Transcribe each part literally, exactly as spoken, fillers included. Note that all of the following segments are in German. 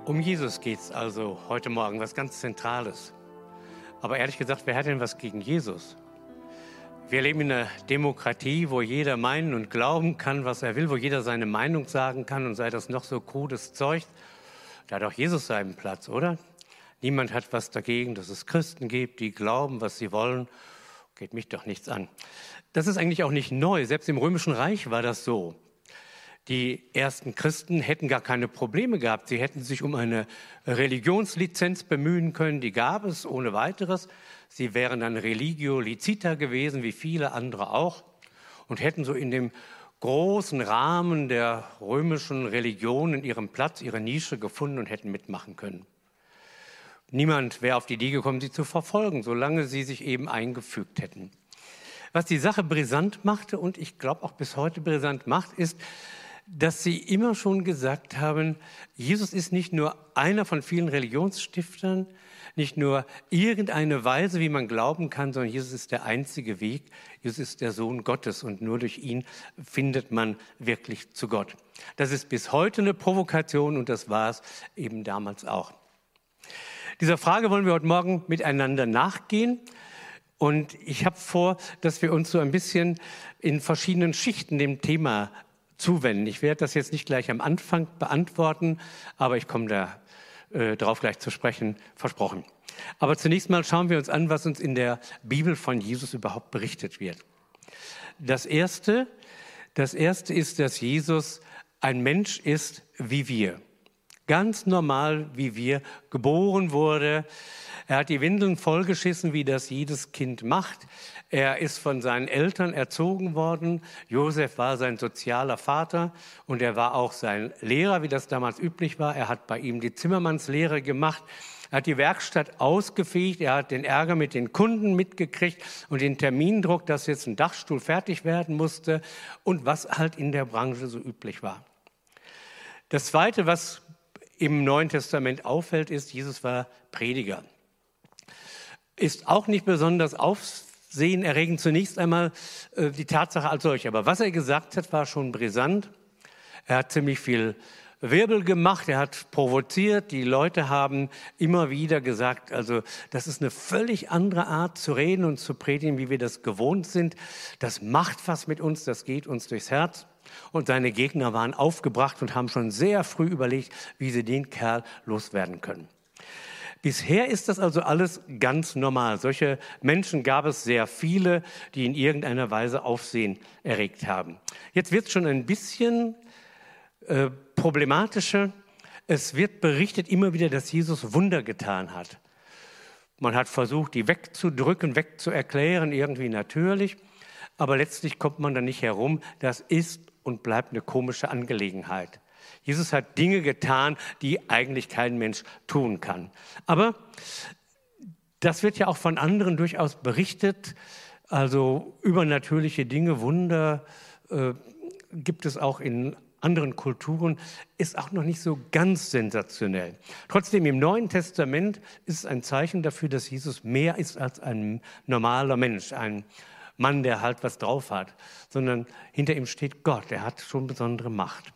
Um Jesus geht es also heute Morgen, was ganz Zentrales. Aber ehrlich gesagt, wer hat denn was gegen Jesus? Wir leben in einer Demokratie, wo jeder meinen und glauben kann, was er will, wo jeder seine Meinung sagen kann und sei das noch so krudes Zeug. Da hat auch Jesus seinen Platz, oder? Niemand hat was dagegen, dass es Christen gibt, die glauben, was sie wollen. Geht mich doch nichts an. Das ist eigentlich auch nicht neu. Selbst im Römischen Reich war das so. Die ersten Christen hätten gar keine Probleme gehabt. Sie hätten sich um eine Religionslizenz bemühen können. Die gab es ohne weiteres. Sie wären dann religio licita gewesen, wie viele andere auch, und hätten so in dem großen Rahmen der römischen Religion in ihrem Platz, ihre Nische gefunden und hätten mitmachen können. Niemand wäre auf die Idee gekommen, sie zu verfolgen, solange sie sich eben eingefügt hätten. Was die Sache brisant machte und ich glaube auch bis heute brisant macht, ist, dass sie immer schon gesagt haben, Jesus ist nicht nur einer von vielen Religionsstiftern, nicht nur irgendeine Weise, wie man glauben kann, sondern Jesus ist der einzige Weg. Jesus ist der Sohn Gottes und nur durch ihn findet man wirklich zu Gott. Das ist bis heute eine Provokation und das war es eben damals auch. Dieser Frage wollen wir heute Morgen miteinander nachgehen. Und ich habe vor, dass wir uns so ein bisschen in verschiedenen Schichten dem Thema zuwenden. Ich werde das jetzt nicht gleich am Anfang beantworten, aber ich komme da äh, drauf gleich zu sprechen, versprochen. Aber zunächst mal schauen wir uns an, was uns in der Bibel von Jesus überhaupt berichtet wird. Das Erste, das Erste ist, dass Jesus ein Mensch ist wie wir. Ganz normal wie wir, geboren wurde. Er hat die Windeln vollgeschissen, wie das jedes Kind macht. Er ist von seinen Eltern erzogen worden. Josef war sein sozialer Vater und er war auch sein Lehrer, wie das damals üblich war. Er hat bei ihm die Zimmermannslehre gemacht. Er hat die Werkstatt ausgefegt. Er hat den Ärger mit den Kunden mitgekriegt und den Termindruck, dass jetzt ein Dachstuhl fertig werden musste und was halt in der Branche so üblich war. Das Zweite, was im Neuen Testament auffällt, ist, Jesus war Prediger. Ist auch nicht besonders aufsehenerregend zunächst einmal äh, die Tatsache als solche. Aber was er gesagt hat, war schon brisant. Er hat ziemlich viel Wirbel gemacht, er hat provoziert. Die Leute haben immer wieder gesagt, also das ist eine völlig andere Art zu reden und zu predigen, wie wir das gewohnt sind. Das macht was mit uns, das geht uns durchs Herz. Und seine Gegner waren aufgebracht und haben schon sehr früh überlegt, wie sie den Kerl loswerden können. Bisher ist das also alles ganz normal. Solche Menschen gab es sehr viele, die in irgendeiner Weise Aufsehen erregt haben. Jetzt wird es schon ein bisschen äh, problematischer. Es wird berichtet immer wieder, dass Jesus Wunder getan hat. Man hat versucht, die wegzudrücken, wegzuerklären, irgendwie natürlich. Aber letztlich kommt man da nicht herum. Das ist und bleibt eine komische Angelegenheit. Jesus hat Dinge getan, die eigentlich kein Mensch tun kann. Aber das wird ja auch von anderen durchaus berichtet. Also übernatürliche Dinge, Wunder äh, gibt es auch in anderen Kulturen, ist auch noch nicht so ganz sensationell. Trotzdem im Neuen Testament ist es ein Zeichen dafür, dass Jesus mehr ist als ein normaler Mensch, ein Mann, der halt was drauf hat, sondern hinter ihm steht Gott, er hat schon besondere Macht.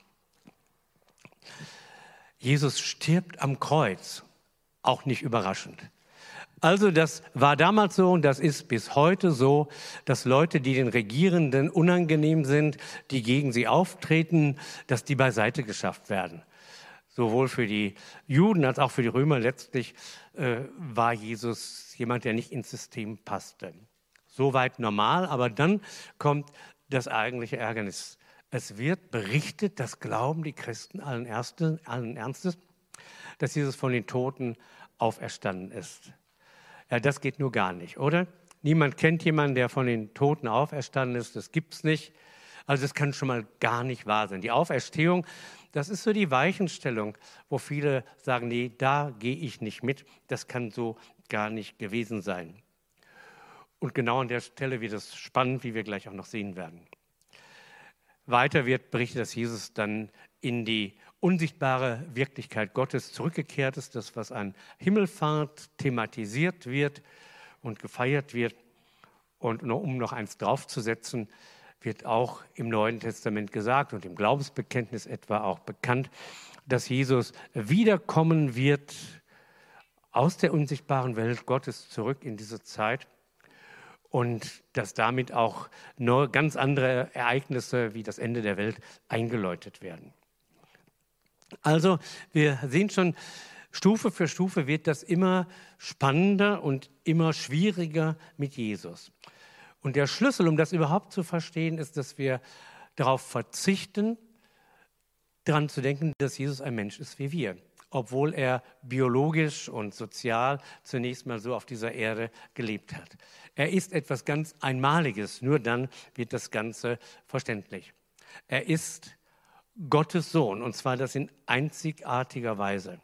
Jesus stirbt am Kreuz, auch nicht überraschend. Also das war damals so und das ist bis heute so, dass Leute, die den Regierenden unangenehm sind, die gegen sie auftreten, dass die beiseite geschafft werden. Sowohl für die Juden als auch für die Römer letztlich äh, war Jesus jemand, der nicht ins System passte. Soweit normal, aber dann kommt das eigentliche Ärgernis. Es wird berichtet, das glauben die Christen allen, Ernstes, allen Ernstes, dass Jesus von den Toten auferstanden ist. Ja, das geht nur gar nicht, oder? Niemand kennt jemanden, der von den Toten auferstanden ist, das gibt es nicht. Also das kann schon mal gar nicht wahr sein. Die Auferstehung, das ist so die Weichenstellung, wo viele sagen, nee, da gehe ich nicht mit, das kann so gar nicht gewesen sein. Und genau an der Stelle wird es spannend, wie wir gleich auch noch sehen werden. Weiter wird berichtet, dass Jesus dann in die unsichtbare Wirklichkeit Gottes zurückgekehrt ist, das, was an Himmelfahrt thematisiert wird und gefeiert wird. Und um noch eins draufzusetzen, wird auch im Neuen Testament gesagt und im Glaubensbekenntnis etwa auch bekannt, dass Jesus wiederkommen wird aus der unsichtbaren Welt Gottes zurück in diese Zeit und dass damit auch nur ganz andere Ereignisse wie das Ende der Welt eingeläutet werden. Also wir sehen schon, Stufe für Stufe wird das immer spannender und immer schwieriger mit Jesus. Und der Schlüssel, um das überhaupt zu verstehen, ist, dass wir darauf verzichten, daran zu denken, dass Jesus ein Mensch ist wie wir, obwohl er biologisch und sozial zunächst mal so auf dieser Erde gelebt hat. Er ist etwas ganz Einmaliges, nur dann wird das Ganze verständlich. Er ist Gottes Sohn, und zwar das in einzigartiger Weise.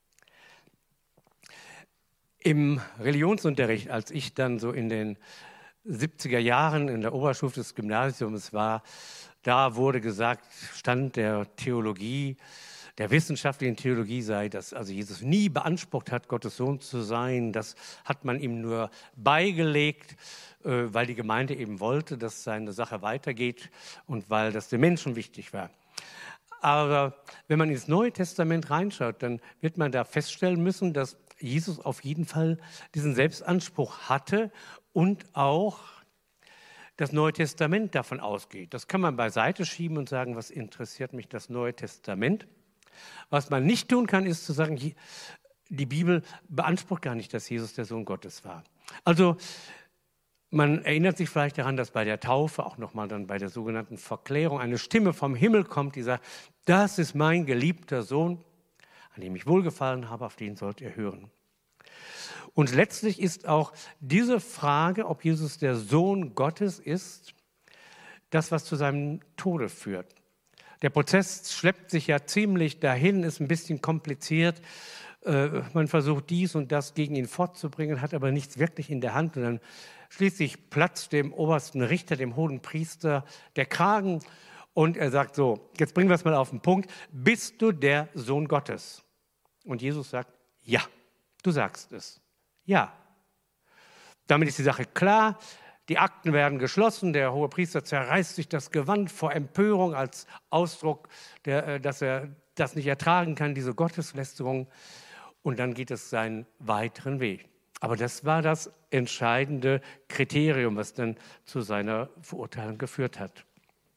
Im Religionsunterricht, als ich dann so in den siebziger Jahren in der Oberstufe des Gymnasiums war, da wurde gesagt, Stand der Theologie, der wissenschaftlichen Theologie sei, dass also Jesus nie beansprucht hat, Gottes Sohn zu sein. Das hat man ihm nur beigelegt, weil die Gemeinde eben wollte, dass seine Sache weitergeht und weil das den Menschen wichtig war. Aber wenn man ins Neue Testament reinschaut, dann wird man da feststellen müssen, dass Jesus auf jeden Fall diesen Selbstanspruch hatte und auch das Neue Testament davon ausgeht. Das kann man beiseite schieben und sagen, was interessiert mich das Neue Testament? Was man nicht tun kann, ist zu sagen, die Bibel beansprucht gar nicht, dass Jesus der Sohn Gottes war. Also man erinnert sich vielleicht daran, dass bei der Taufe, auch nochmal dann bei der sogenannten Verklärung, eine Stimme vom Himmel kommt, die sagt, das ist mein geliebter Sohn, an dem ich wohlgefallen habe, auf den sollt ihr hören. Und letztlich ist auch diese Frage, ob Jesus der Sohn Gottes ist, das, was zu seinem Tode führt. Der Prozess schleppt sich ja ziemlich dahin, ist ein bisschen kompliziert. Äh, man versucht dies und das gegen ihn fortzubringen, hat aber nichts wirklich in der Hand. Und dann schließlich platzt dem obersten Richter, dem hohen Priester, der Kragen und er sagt so, jetzt bringen wir es mal auf den Punkt, bist du der Sohn Gottes? Und Jesus sagt, ja, du sagst es. Ja. Damit ist die Sache klar. Die Akten werden geschlossen. Der Hohepriester zerreißt sich das Gewand vor Empörung als Ausdruck, der, dass er das nicht ertragen kann, diese Gotteslästerung. Und dann geht es seinen weiteren Weg. Aber das war das entscheidende Kriterium, was dann zu seiner Verurteilung geführt hat.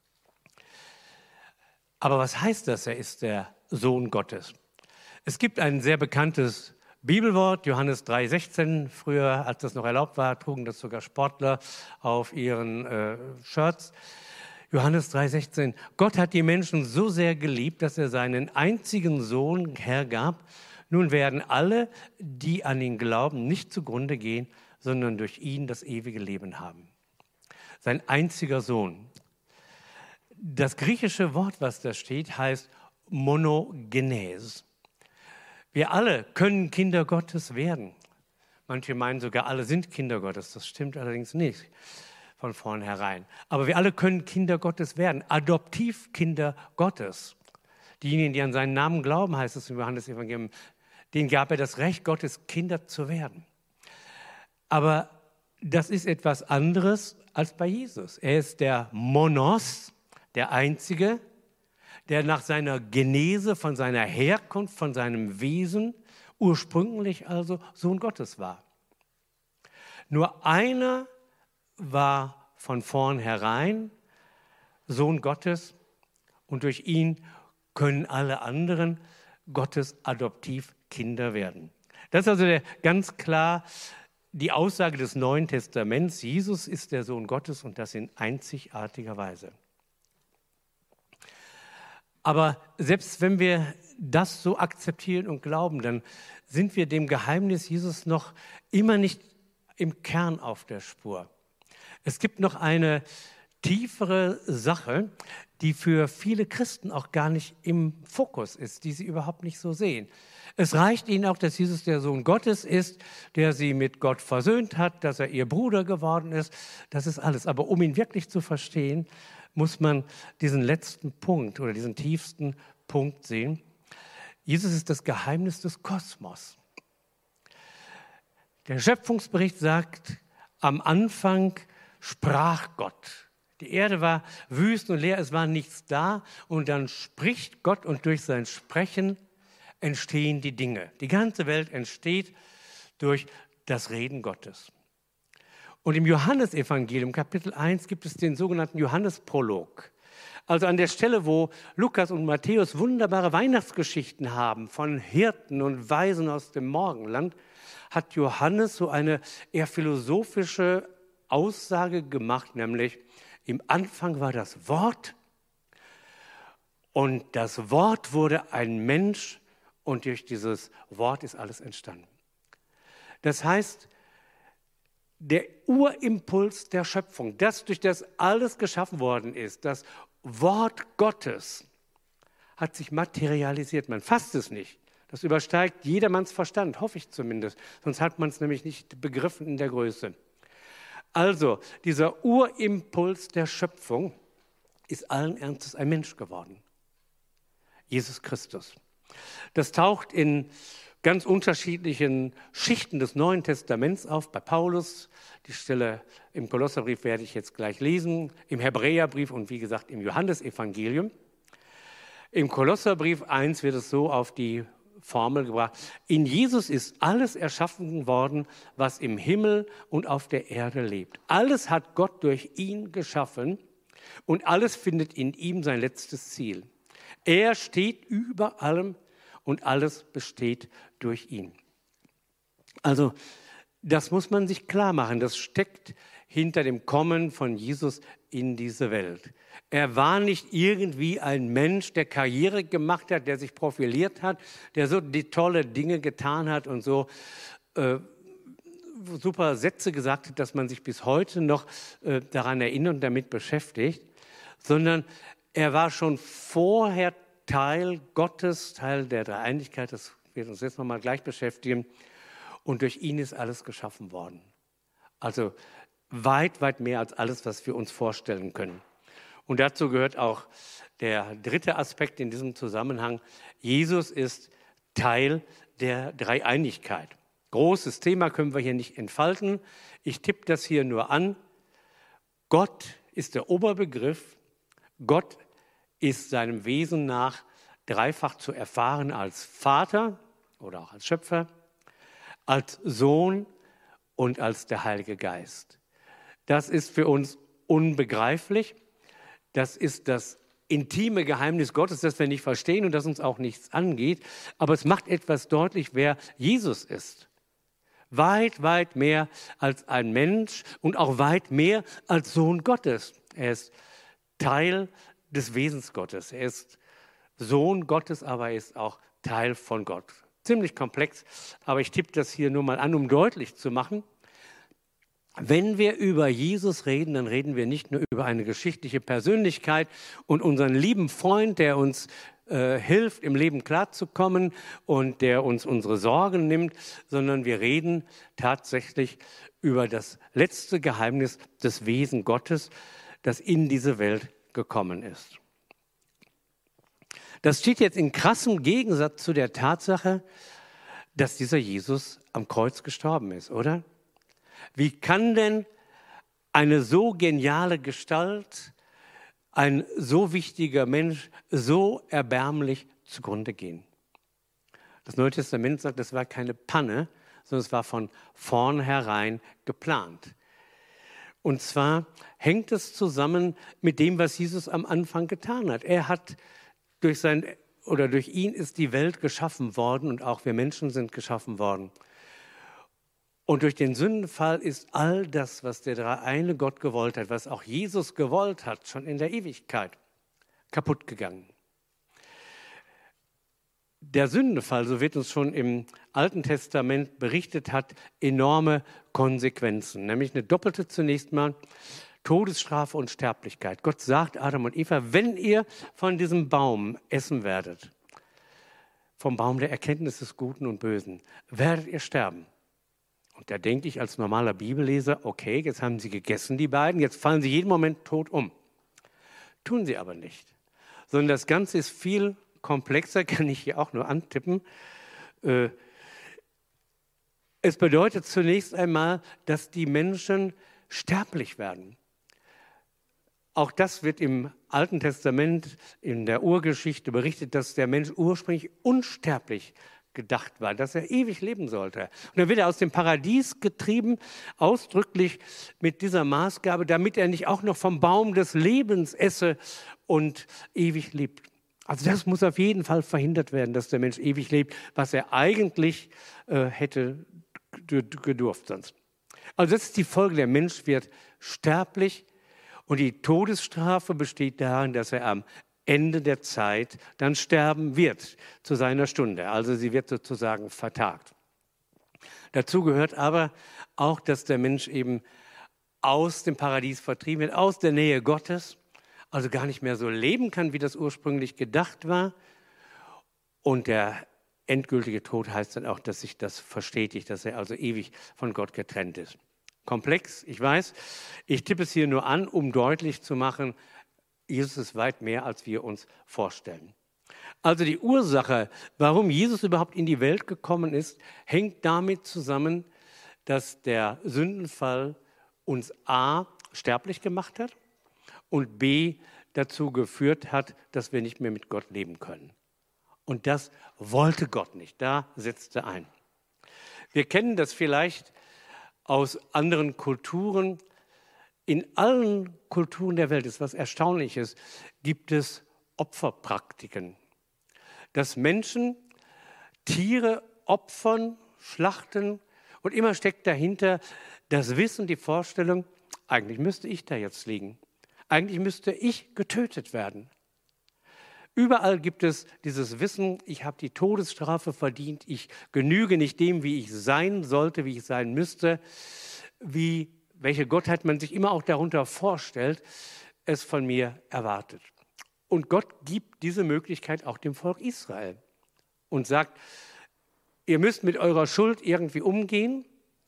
Aber was heißt das? Er ist der Sohn Gottes. Es gibt ein sehr bekanntes Bibelwort, Johannes drei sechzehn. Früher, als das noch erlaubt war, trugen das sogar Sportler auf ihren äh, Shirts. Johannes drei sechzehn. Gott hat die Menschen so sehr geliebt, dass er seinen einzigen Sohn hergab. Nun werden alle, die an ihn glauben, nicht zugrunde gehen, sondern durch ihn das ewige Leben haben. Sein einziger Sohn. Das griechische Wort, was da steht, heißt Monogenes. Wir alle können Kinder Gottes werden. Manche meinen sogar, alle sind Kinder Gottes. Das stimmt allerdings nicht von vornherein. Aber wir alle können Kinder Gottes werden, Adoptivkinder Gottes. Diejenigen, die an seinen Namen glauben, heißt es im Johannesevangelium, denen gab er das Recht, Gottes Kinder zu werden. Aber das ist etwas anderes als bei Jesus. Er ist der Monos, der Einzige, der nach seiner Genese, von seiner Herkunft, von seinem Wesen, ursprünglich also Sohn Gottes war. Nur einer war von vornherein Sohn Gottes und durch ihn können alle anderen Gottes Adoptivkinder werden. Das ist also der, ganz klar die Aussage des Neuen Testaments. Jesus ist der Sohn Gottes und das in einzigartiger Weise. Aber selbst wenn wir das so akzeptieren und glauben, dann sind wir dem Geheimnis Jesus noch immer nicht im Kern auf der Spur. Es gibt noch eine tiefere Sache, die für viele Christen auch gar nicht im Fokus ist, die sie überhaupt nicht so sehen. Es reicht ihnen auch, dass Jesus der Sohn Gottes ist, der sie mit Gott versöhnt hat, dass er ihr Bruder geworden ist. Das ist alles. Aber um ihn wirklich zu verstehen, muss man diesen letzten Punkt oder diesen tiefsten Punkt sehen. Jesus ist das Geheimnis des Kosmos. Der Schöpfungsbericht sagt, am Anfang sprach Gott. Die Erde war wüst und leer, es war nichts da. Und dann spricht Gott und durch sein Sprechen entstehen die Dinge. Die ganze Welt entsteht durch das Reden Gottes. Und im Johannesevangelium, Kapitel eins, gibt es den sogenannten Johannesprolog. Also an der Stelle, wo Lukas und Matthäus wunderbare Weihnachtsgeschichten haben von Hirten und Weisen aus dem Morgenland, hat Johannes so eine eher philosophische Aussage gemacht, nämlich im Anfang war das Wort und das Wort wurde ein Mensch und durch dieses Wort ist alles entstanden. Das heißt, der Urimpuls der Schöpfung, das durch das alles geschaffen worden ist, das Wort Gottes, hat sich materialisiert. Man fasst es nicht. Das übersteigt jedermanns Verstand, hoffe ich zumindest. Sonst hat man es nämlich nicht begriffen in der Größe. Also, dieser Urimpuls der Schöpfung ist allen Ernstes ein Mensch geworden. Jesus Christus. Das taucht in ganz unterschiedlichen Schichten des Neuen Testaments auf. Bei Paulus, die Stelle im Kolosserbrief werde ich jetzt gleich lesen, im Hebräerbrief und wie gesagt im Johannesevangelium. Im Kolosserbrief eins wird es so auf die Formel gebracht: In Jesus ist alles erschaffen worden, was im Himmel und auf der Erde lebt. Alles hat Gott durch ihn geschaffen und alles findet in ihm sein letztes Ziel. Er steht über allem und alles besteht durch ihn. Also das muss man sich klar machen, das steckt hinter dem Kommen von Jesus in diese Welt. Er war nicht irgendwie ein Mensch, der Karriere gemacht hat, der sich profiliert hat, der so die tolle Dinge getan hat und so äh, super Sätze gesagt hat, dass man sich bis heute noch äh, daran erinnert und damit beschäftigt, sondern er war schon vorher Teil Gottes, Teil der Dreieinigkeit, das wird uns jetzt nochmal gleich beschäftigen. Und durch ihn ist alles geschaffen worden. Also weit, weit mehr als alles, was wir uns vorstellen können. Und dazu gehört auch der dritte Aspekt in diesem Zusammenhang. Jesus ist Teil der Dreieinigkeit. Großes Thema können wir hier nicht entfalten. Ich tippe das hier nur an. Gott ist der Oberbegriff. Gott ist seinem Wesen nach dreifach zu erfahren als Vater oder auch als Schöpfer, als Sohn und als der Heilige Geist. Das ist für uns unbegreiflich. Das ist das intime Geheimnis Gottes, das wir nicht verstehen und das uns auch nichts angeht. Aber es macht etwas deutlich, wer Jesus ist. Weit, weit mehr als ein Mensch und auch weit mehr als Sohn Gottes. Er ist Teil des Wesens Gottes. Er ist Sohn Gottes, aber er ist auch Teil von Gott. Ziemlich komplex, aber ich tippe das hier nur mal an, um deutlich zu machen. Wenn wir über Jesus reden, dann reden wir nicht nur über eine geschichtliche Persönlichkeit und unseren lieben Freund, der uns äh, hilft, im Leben klarzukommen und der uns unsere Sorgen nimmt, sondern wir reden tatsächlich über das letzte Geheimnis des Wesens Gottes, das in diese Welt gekommen ist. Das steht jetzt in krassem Gegensatz zu der Tatsache, dass dieser Jesus am Kreuz gestorben ist, oder? Wie kann denn eine so geniale Gestalt, ein so wichtiger Mensch, so erbärmlich zugrunde gehen? Das Neue Testament sagt, das war keine Panne, sondern es war von vornherein geplant. Und zwar hängt es zusammen mit dem, was Jesus am Anfang getan hat. Er hat durch sein oder durch ihn ist die Welt geschaffen worden und auch wir Menschen sind geschaffen worden. Und durch den Sündenfall ist all das, was der dreieine Gott gewollt hat, was auch Jesus gewollt hat, schon in der Ewigkeit kaputt gegangen. Der Sündenfall, so wird uns schon im Alten Testament berichtet, hat enorme Konsequenzen, nämlich eine doppelte zunächst mal Todesstrafe und Sterblichkeit. Gott sagt Adam und Eva, wenn ihr von diesem Baum essen werdet, vom Baum der Erkenntnis des Guten und Bösen, werdet ihr sterben. Und da denke ich als normaler Bibelleser, okay, jetzt haben sie gegessen, die beiden, jetzt fallen sie jeden Moment tot um. Tun sie aber nicht, sondern das Ganze ist viel komplexer, kann ich hier auch nur antippen. Es bedeutet zunächst einmal, dass die Menschen sterblich werden. Auch das wird im Alten Testament, in der Urgeschichte berichtet, dass der Mensch ursprünglich unsterblich gedacht war, dass er ewig leben sollte. Und dann wird er aus dem Paradies getrieben, ausdrücklich mit dieser Maßgabe, damit er nicht auch noch vom Baum des Lebens esse und ewig lebt. Also das muss auf jeden Fall verhindert werden, dass der Mensch ewig lebt, was er eigentlich äh, hätte gedurft sonst. Also das ist die Folge, der Mensch wird sterblich und die Todesstrafe besteht darin, dass er am Ende der Zeit dann sterben wird zu seiner Stunde. Also sie wird sozusagen vertagt. Dazu gehört aber auch, dass der Mensch eben aus dem Paradies vertrieben wird, aus der Nähe Gottes, also gar nicht mehr so leben kann, wie das ursprünglich gedacht war. Und der endgültige Tod heißt dann auch, dass sich das verstetigt, dass er also ewig von Gott getrennt ist. Komplex, ich weiß. Ich tippe es hier nur an, um deutlich zu machen, Jesus ist weit mehr, als wir uns vorstellen. Also die Ursache, warum Jesus überhaupt in die Welt gekommen ist, hängt damit zusammen, dass der Sündenfall uns a. sterblich gemacht hat und b. dazu geführt hat, dass wir nicht mehr mit Gott leben können. Und das wollte Gott nicht, da setzte ein. Wir kennen das vielleicht aus anderen Kulturen. In allen Kulturen der Welt, ist was Erstaunliches, gibt es Opferpraktiken. Dass Menschen Tiere opfern, schlachten und immer steckt dahinter das Wissen, die Vorstellung, eigentlich müsste ich da jetzt liegen. Eigentlich müsste ich getötet werden. Überall gibt es dieses Wissen, ich habe die Todesstrafe verdient, ich genüge nicht dem, wie ich sein sollte, wie ich sein müsste, wie welche Gottheit man sich immer auch darunter vorstellt, es von mir erwartet. Und Gott gibt diese Möglichkeit auch dem Volk Israel und sagt, ihr müsst mit eurer Schuld irgendwie umgehen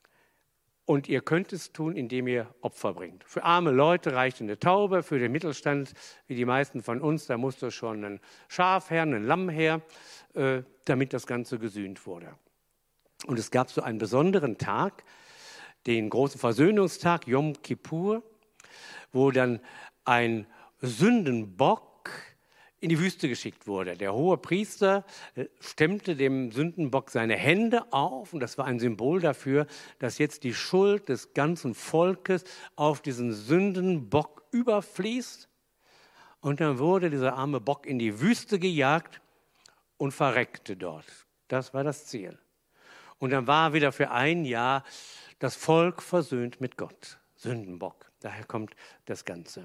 und ihr könnt es tun, indem ihr Opfer bringt. Für arme Leute reicht eine Taube, für den Mittelstand, wie die meisten von uns, da musste schon ein Schaf her, ein Lamm her, äh, damit das Ganze gesühnt wurde. Und es gab so einen besonderen Tag, den großen Versöhnungstag, Yom Kippur, wo dann ein Sündenbock in die Wüste geschickt wurde. Der hohe Priester stemmte dem Sündenbock seine Hände auf und das war ein Symbol dafür, dass jetzt die Schuld des ganzen Volkes auf diesen Sündenbock überfließt. Und dann wurde dieser arme Bock in die Wüste gejagt und verreckte dort. Das war das Ziel. Und dann war wieder für ein Jahr das Volk versöhnt mit Gott. Sündenbock, daher kommt das Ganze.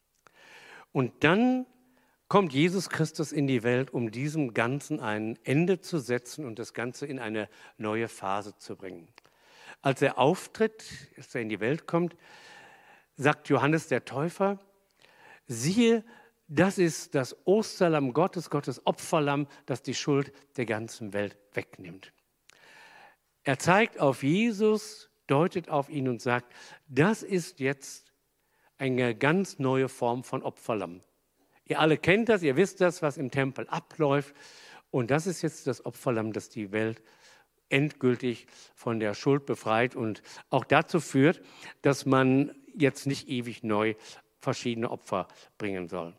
Und dann kommt Jesus Christus in die Welt, um diesem Ganzen ein Ende zu setzen und das Ganze in eine neue Phase zu bringen. Als er auftritt, als er in die Welt kommt, sagt Johannes der Täufer, siehe, das ist das Osterlamm Gottes, Gottes Opferlamm, das die Schuld der ganzen Welt wegnimmt. Er zeigt auf Jesus, deutet auf ihn und sagt, das ist jetzt eine ganz neue Form von Opferlamm. Ihr alle kennt das, ihr wisst das, was im Tempel abläuft. Und das ist jetzt das Opferlamm, das die Welt endgültig von der Schuld befreit und auch dazu führt, dass man jetzt nicht ewig neu verschiedene Opfer bringen soll.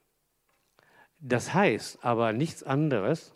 Das heißt aber nichts anderes,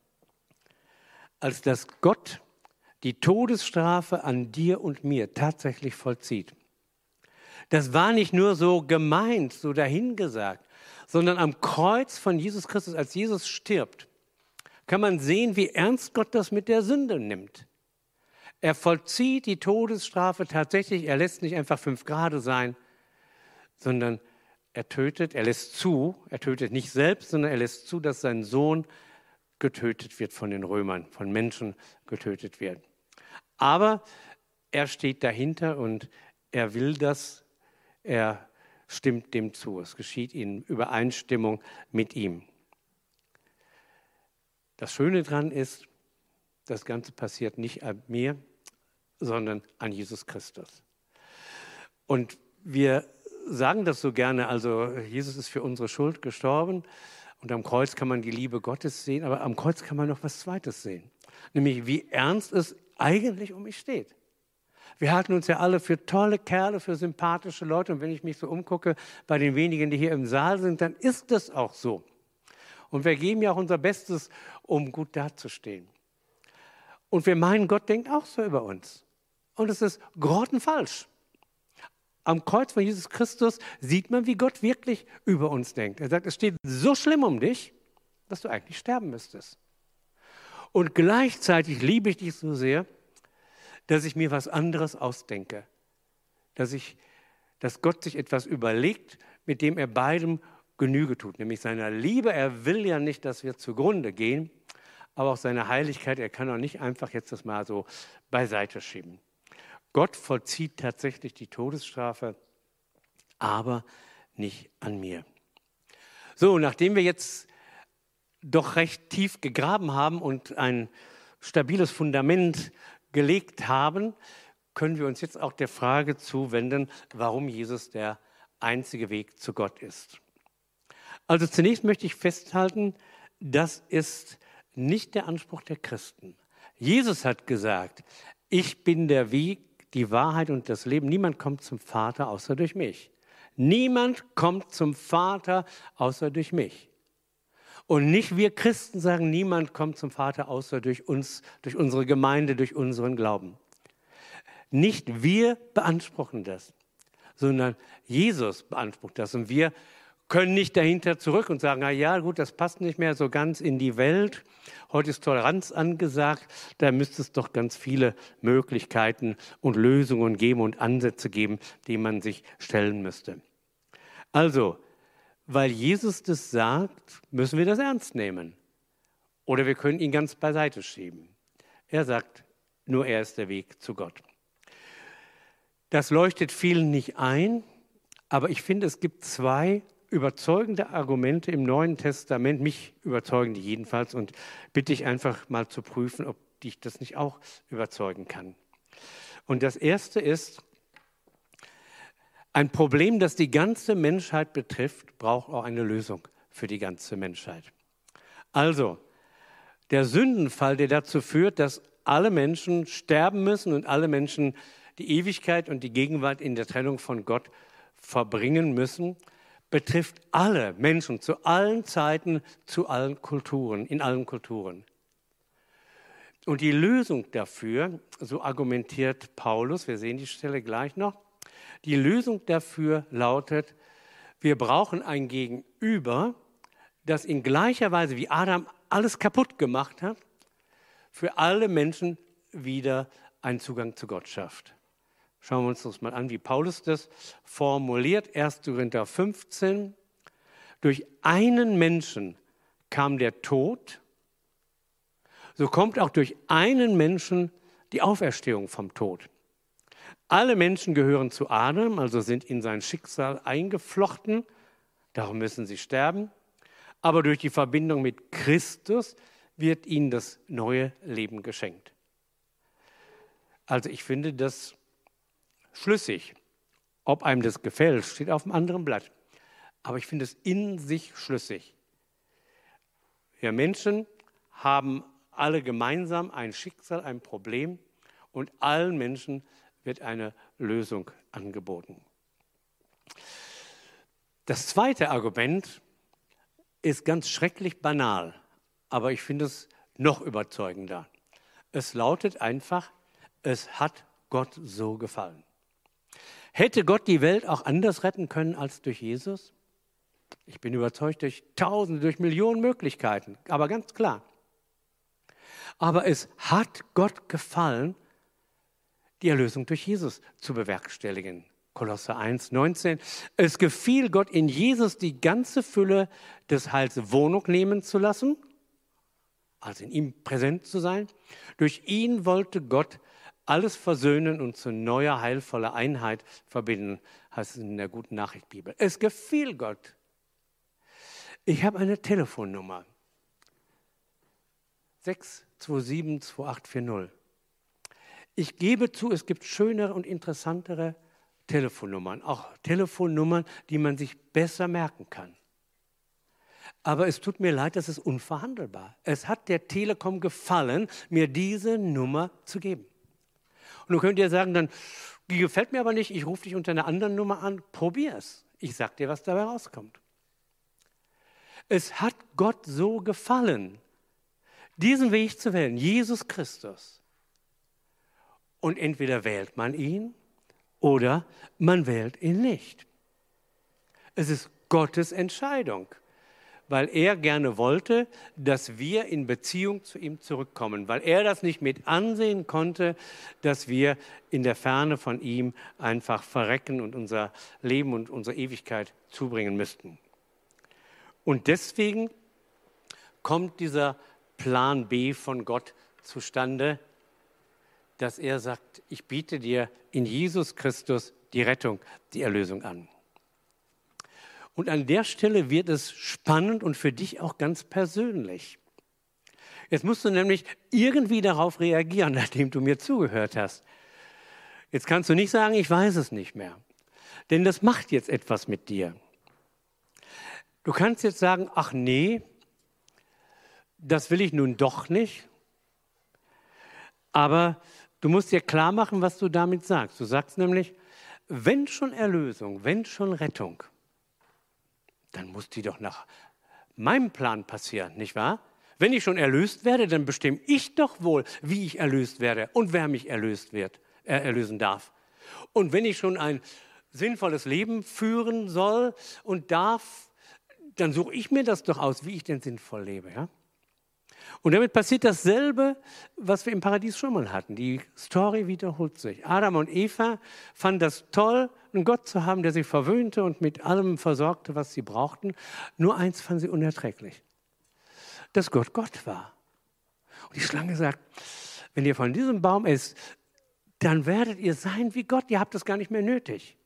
als dass Gott die Todesstrafe an dir und mir tatsächlich vollzieht. Das war nicht nur so gemeint, so dahingesagt, sondern am Kreuz von Jesus Christus, als Jesus stirbt, kann man sehen, wie ernst Gott das mit der Sünde nimmt. Er vollzieht die Todesstrafe tatsächlich, er lässt nicht einfach fünf Grade sein, sondern er tötet, er lässt zu, er tötet nicht selbst, sondern er lässt zu, dass sein Sohn getötet wird von den Römern, von Menschen getötet wird. Aber er steht dahinter und er will das, er stimmt dem zu. Es geschieht in Übereinstimmung mit ihm. Das Schöne daran ist, das Ganze passiert nicht an mir, sondern an Jesus Christus. Und wir sagen das so gerne, also Jesus ist für unsere Schuld gestorben und am Kreuz kann man die Liebe Gottes sehen, aber am Kreuz kann man noch was Zweites sehen, nämlich wie ernst es eigentlich um mich steht. Wir halten uns ja alle für tolle Kerle, für sympathische Leute. Und wenn ich mich so umgucke bei den wenigen, die hier im Saal sind, dann ist das auch so. Und wir geben ja auch unser Bestes, um gut dazustehen. Und wir meinen, Gott denkt auch so über uns. Und es ist grottenfalsch. Am Kreuz von Jesus Christus sieht man, wie Gott wirklich über uns denkt. Er sagt, es steht so schlimm um dich, dass du eigentlich sterben müsstest. Und gleichzeitig liebe ich dich so sehr, dass ich mir was anderes ausdenke. Dass, ich, dass Gott sich etwas überlegt, mit dem er beidem Genüge tut, nämlich seiner Liebe. Er will ja nicht, dass wir zugrunde gehen, aber auch seine Heiligkeit. Er kann auch nicht einfach jetzt das mal so beiseite schieben. Gott vollzieht tatsächlich die Todesstrafe, aber nicht an mir. So, nachdem wir jetzt doch recht tief gegraben haben und ein stabiles Fundament gelegt haben, können wir uns jetzt auch der Frage zuwenden, warum Jesus der einzige Weg zu Gott ist. Also zunächst möchte ich festhalten, das ist nicht der Anspruch der Christen. Jesus hat gesagt, ich bin der Weg, die Wahrheit und das Leben. Niemand kommt zum Vater außer durch mich. Niemand kommt zum Vater außer durch mich. Und nicht wir Christen sagen, niemand kommt zum Vater außer durch uns, durch unsere Gemeinde, durch unseren Glauben. Nicht wir beanspruchen das, sondern Jesus beansprucht das. Und wir können nicht dahinter zurück und sagen, na ja, gut, das passt nicht mehr so ganz in die Welt. Heute ist Toleranz angesagt, da müsste es doch ganz viele Möglichkeiten und Lösungen geben und Ansätze geben, denen man sich stellen müsste. Also, weil Jesus das sagt, müssen wir das ernst nehmen. Oder wir können ihn ganz beiseite schieben. Er sagt, nur er ist der Weg zu Gott. Das leuchtet vielen nicht ein, aber ich finde, es gibt zwei überzeugende Argumente im Neuen Testament, mich überzeugen die jedenfalls, und bitte ich einfach mal zu prüfen, ob dich das nicht auch überzeugen kann. Und das erste ist, ein Problem, das die ganze Menschheit betrifft, braucht auch eine Lösung für die ganze Menschheit. Also, der Sündenfall, der dazu führt, dass alle Menschen sterben müssen und alle Menschen die Ewigkeit und die Gegenwart in der Trennung von Gott verbringen müssen, betrifft alle Menschen zu allen Zeiten, zu allen Kulturen, in allen Kulturen. Und die Lösung dafür, so argumentiert Paulus, wir sehen die Stelle gleich noch, die Lösung dafür lautet, wir brauchen ein Gegenüber, das in gleicher Weise wie Adam alles kaputt gemacht hat, für alle Menschen wieder einen Zugang zu Gott schafft. Schauen wir uns das mal an, wie Paulus das formuliert. erster Korinther fünfzehn. Durch einen Menschen kam der Tod, so kommt auch durch einen Menschen die Auferstehung vom Tod. Alle Menschen gehören zu Adam, also sind in sein Schicksal eingeflochten, darum müssen sie sterben. Aber durch die Verbindung mit Christus wird ihnen das neue Leben geschenkt. Also ich finde das schlüssig. Ob einem das gefällt, steht auf einem anderen Blatt. Aber ich finde es in sich schlüssig. Wir Menschen haben alle gemeinsam ein Schicksal, ein Problem, und allen Menschen wird eine Lösung angeboten. Das zweite Argument ist ganz schrecklich banal, aber ich finde es noch überzeugender. Es lautet einfach, es hat Gott so gefallen. Hätte Gott die Welt auch anders retten können als durch Jesus? Ich bin überzeugt, durch Tausende, durch Millionen Möglichkeiten, aber ganz klar. Aber es hat Gott gefallen, die Erlösung durch Jesus zu bewerkstelligen. Kolosser eins, neunzehn. Es gefiel Gott, in Jesus die ganze Fülle des Heils Wohnung nehmen zu lassen, also in ihm präsent zu sein. Durch ihn wollte Gott alles versöhnen und zu neuer, heilvoller Einheit verbinden, heißt es in der Guten Nachricht Bibel. Es gefiel Gott. Ich habe eine Telefonnummer. sechs zwei sieben zwei acht vier null. Ich gebe zu, es gibt schönere und interessantere Telefonnummern, auch Telefonnummern, die man sich besser merken kann. Aber es tut mir leid, das ist unverhandelbar. Es hat der Telekom gefallen, mir diese Nummer zu geben. Und du könnt ihr sagen, dann, die gefällt mir aber nicht, ich rufe dich unter einer anderen Nummer an, probier's. Ich sag dir, was dabei rauskommt. Es hat Gott so gefallen, diesen Weg zu wählen, Jesus Christus. Und entweder wählt man ihn oder man wählt ihn nicht. Es ist Gottes Entscheidung, weil er gerne wollte, dass wir in Beziehung zu ihm zurückkommen, weil er das nicht mit ansehen konnte, dass wir in der Ferne von ihm einfach verrecken und unser Leben und unsere Ewigkeit zubringen müssten. Und deswegen kommt dieser Plan B von Gott zustande, dass er sagt, ich biete dir in Jesus Christus die Rettung, die Erlösung an. Und an der Stelle wird es spannend und für dich auch ganz persönlich. Jetzt musst du nämlich irgendwie darauf reagieren, nachdem du mir zugehört hast. Jetzt kannst du nicht sagen, ich weiß es nicht mehr. Denn das macht jetzt etwas mit dir. Du kannst jetzt sagen, ach nee, das will ich nun doch nicht. Aber du musst dir klar machen, was du damit sagst. Du sagst nämlich, wenn schon Erlösung, wenn schon Rettung, dann muss die doch nach meinem Plan passieren, nicht wahr? Wenn ich schon erlöst werde, dann bestimme ich doch wohl, wie ich erlöst werde und wer mich erlöst wird, äh, erlösen darf. Und wenn ich schon ein sinnvolles Leben führen soll und darf, dann suche ich mir das doch aus, wie ich denn sinnvoll lebe, ja? Und damit passiert dasselbe, was wir im Paradies schon mal hatten. Die Story wiederholt sich. Adam und Eva fanden das toll, einen Gott zu haben, der sie verwöhnte und mit allem versorgte, was sie brauchten. Nur eins fanden sie unerträglich, dass Gott Gott war. Und die Schlange sagt, wenn ihr von diesem Baum esst, dann werdet ihr sein wie Gott. Ihr habt das gar nicht mehr nötig.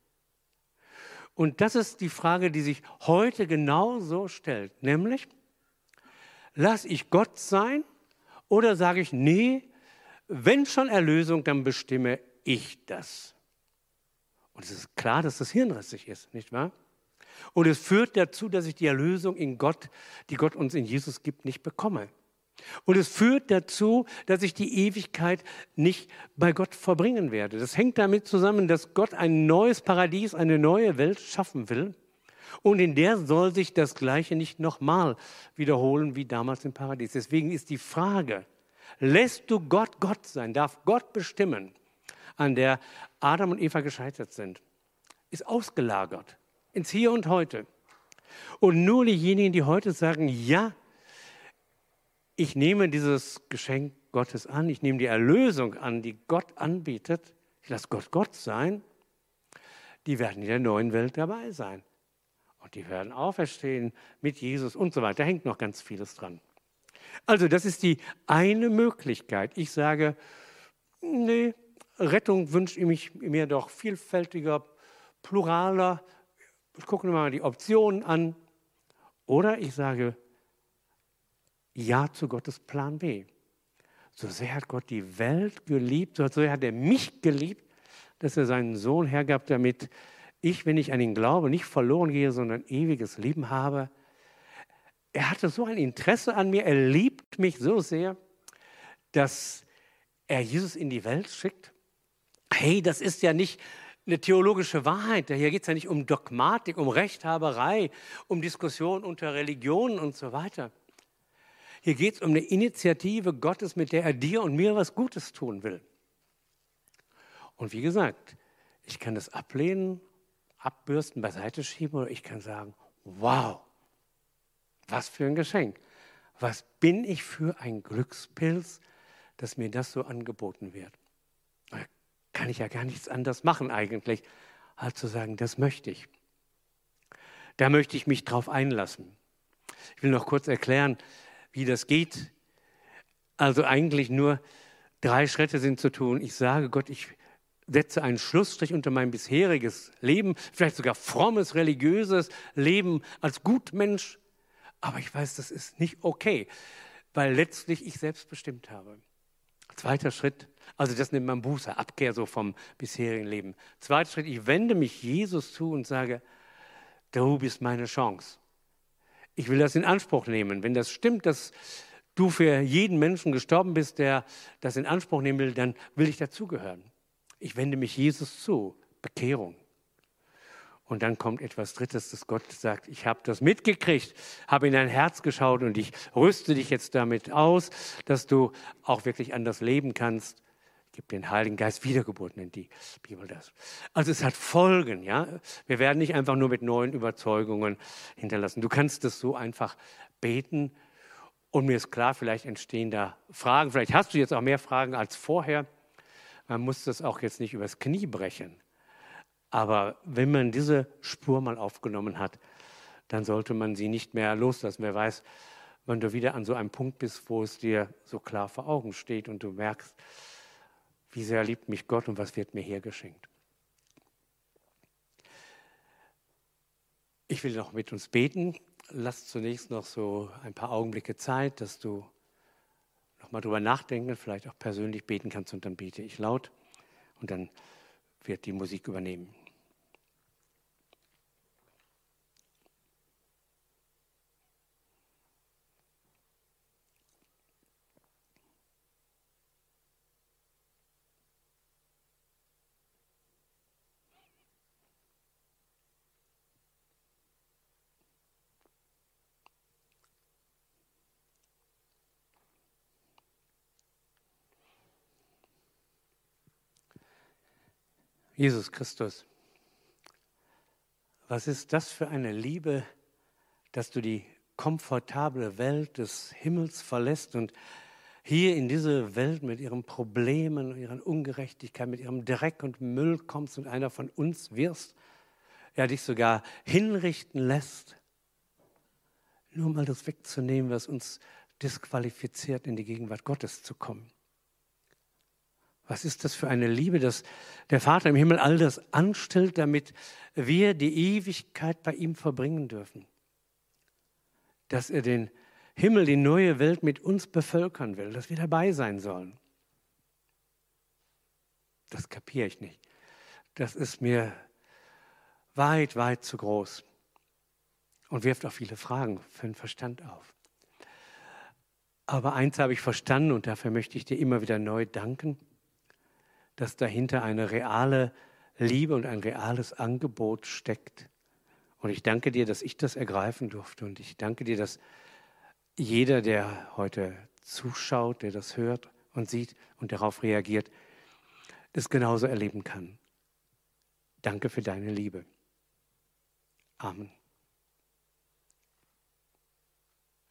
Und das ist die Frage, die sich heute genau so stellt, nämlich, lass ich Gott sein oder sage ich, nee, wenn schon Erlösung, dann bestimme ich das. Und es ist klar, dass das hirnrissig ist, nicht wahr? Und es führt dazu, dass ich die Erlösung in Gott, die Gott uns in Jesus gibt, nicht bekomme. Und es führt dazu, dass ich die Ewigkeit nicht bei Gott verbringen werde. Das hängt damit zusammen, dass Gott ein neues Paradies, eine neue Welt schaffen will. Und in der soll sich das Gleiche nicht nochmal wiederholen wie damals im Paradies. Deswegen ist die Frage, lässt du Gott Gott sein, darf Gott bestimmen, an der Adam und Eva gescheitert sind, ist ausgelagert ins Hier und Heute. Und nur diejenigen, die heute sagen, ja, ich nehme dieses Geschenk Gottes an, ich nehme die Erlösung an, die Gott anbietet, ich lasse Gott Gott sein, die werden in der neuen Welt dabei sein. Und die werden auferstehen mit Jesus und so weiter. Da hängt noch ganz vieles dran. Also das ist die eine Möglichkeit. Ich sage, nee, Rettung wünsche ich mir doch vielfältiger, pluraler. Ich gucke mir mal die Optionen an. Oder ich sage, ja zu Gottes Plan B. So sehr hat Gott die Welt geliebt, so sehr hat er mich geliebt, dass er seinen Sohn hergab, damit ich, wenn ich an ihn glaube, nicht verloren gehe, sondern ewiges Leben habe. Er hatte so ein Interesse an mir, er liebt mich so sehr, dass er Jesus in die Welt schickt. Hey, das ist ja nicht eine theologische Wahrheit. Hier geht es ja nicht um Dogmatik, um Rechthaberei, um Diskussion unter Religionen und so weiter. Hier geht es um eine Initiative Gottes, mit der er dir und mir was Gutes tun will. Und wie gesagt, ich kann das ablehnen, abbürsten, beiseite schieben oder ich kann sagen, wow, was für ein Geschenk. Was bin ich für ein Glückspilz, dass mir das so angeboten wird. Da kann ich ja gar nichts anderes machen eigentlich, als zu sagen, das möchte ich. Da möchte ich mich drauf einlassen. Ich will noch kurz erklären, wie das geht. Also eigentlich nur drei Schritte sind zu tun. Ich sage Gott, ich setze einen Schlussstrich unter mein bisheriges Leben, vielleicht sogar frommes, religiöses Leben als Gutmensch. Aber ich weiß, das ist nicht okay, weil letztlich ich selbst bestimmt habe. Zweiter Schritt, also das nennt man Buße, Abkehr so vom bisherigen Leben. Zweiter Schritt, ich wende mich Jesus zu und sage, du bist meine Chance. Ich will das in Anspruch nehmen. Wenn das stimmt, dass du für jeden Menschen gestorben bist, der das in Anspruch nehmen will, dann will ich dazugehören. Ich wende mich Jesus zu, Bekehrung. Und dann kommt etwas Drittes, dass Gott sagt, ich habe das mitgekriegt, habe in dein Herz geschaut und ich rüste dich jetzt damit aus, dass du auch wirklich anders leben kannst. Gib den Heiligen Geist, Wiedergeburt nennt die Bibel das. Also es hat Folgen, ja. Wir werden nicht einfach nur mit neuen Überzeugungen hinterlassen. Du kannst das so einfach beten und mir ist klar, vielleicht entstehen da Fragen. Vielleicht hast du jetzt auch mehr Fragen als vorher. Man muss das auch jetzt nicht übers Knie brechen. Aber wenn man diese Spur mal aufgenommen hat, dann sollte man sie nicht mehr loslassen. Wer weiß, wann du wieder an so einem Punkt bist, wo es dir so klar vor Augen steht und du merkst, wie sehr liebt mich Gott und was wird mir hier geschenkt. Ich will noch mit uns beten. Lass zunächst noch so ein paar Augenblicke Zeit, dass du noch mal drüber nachdenken, vielleicht auch persönlich beten kannst und dann bete ich laut und dann wird die Musik übernehmen. Jesus Christus, was ist das für eine Liebe, dass du die komfortable Welt des Himmels verlässt und hier in diese Welt mit ihren Problemen, ihren Ungerechtigkeiten, mit ihrem Dreck und Müll kommst und einer von uns wirst, ja dich sogar hinrichten lässt, nur mal das wegzunehmen, was uns disqualifiziert, in die Gegenwart Gottes zu kommen. Was ist das für eine Liebe, dass der Vater im Himmel all das anstellt, damit wir die Ewigkeit bei ihm verbringen dürfen. Dass er den Himmel, die neue Welt mit uns bevölkern will, dass wir dabei sein sollen. Das kapiere ich nicht. Das ist mir weit, weit zu groß und wirft auch viele Fragen für den Verstand auf. Aber eins habe ich verstanden und dafür möchte ich dir immer wieder neu danken, dass dahinter eine reale Liebe und ein reales Angebot steckt. Und ich danke dir, dass ich das ergreifen durfte. Und ich danke dir, dass jeder, der heute zuschaut, der das hört und sieht und darauf reagiert, das genauso erleben kann. Danke für deine Liebe. Amen.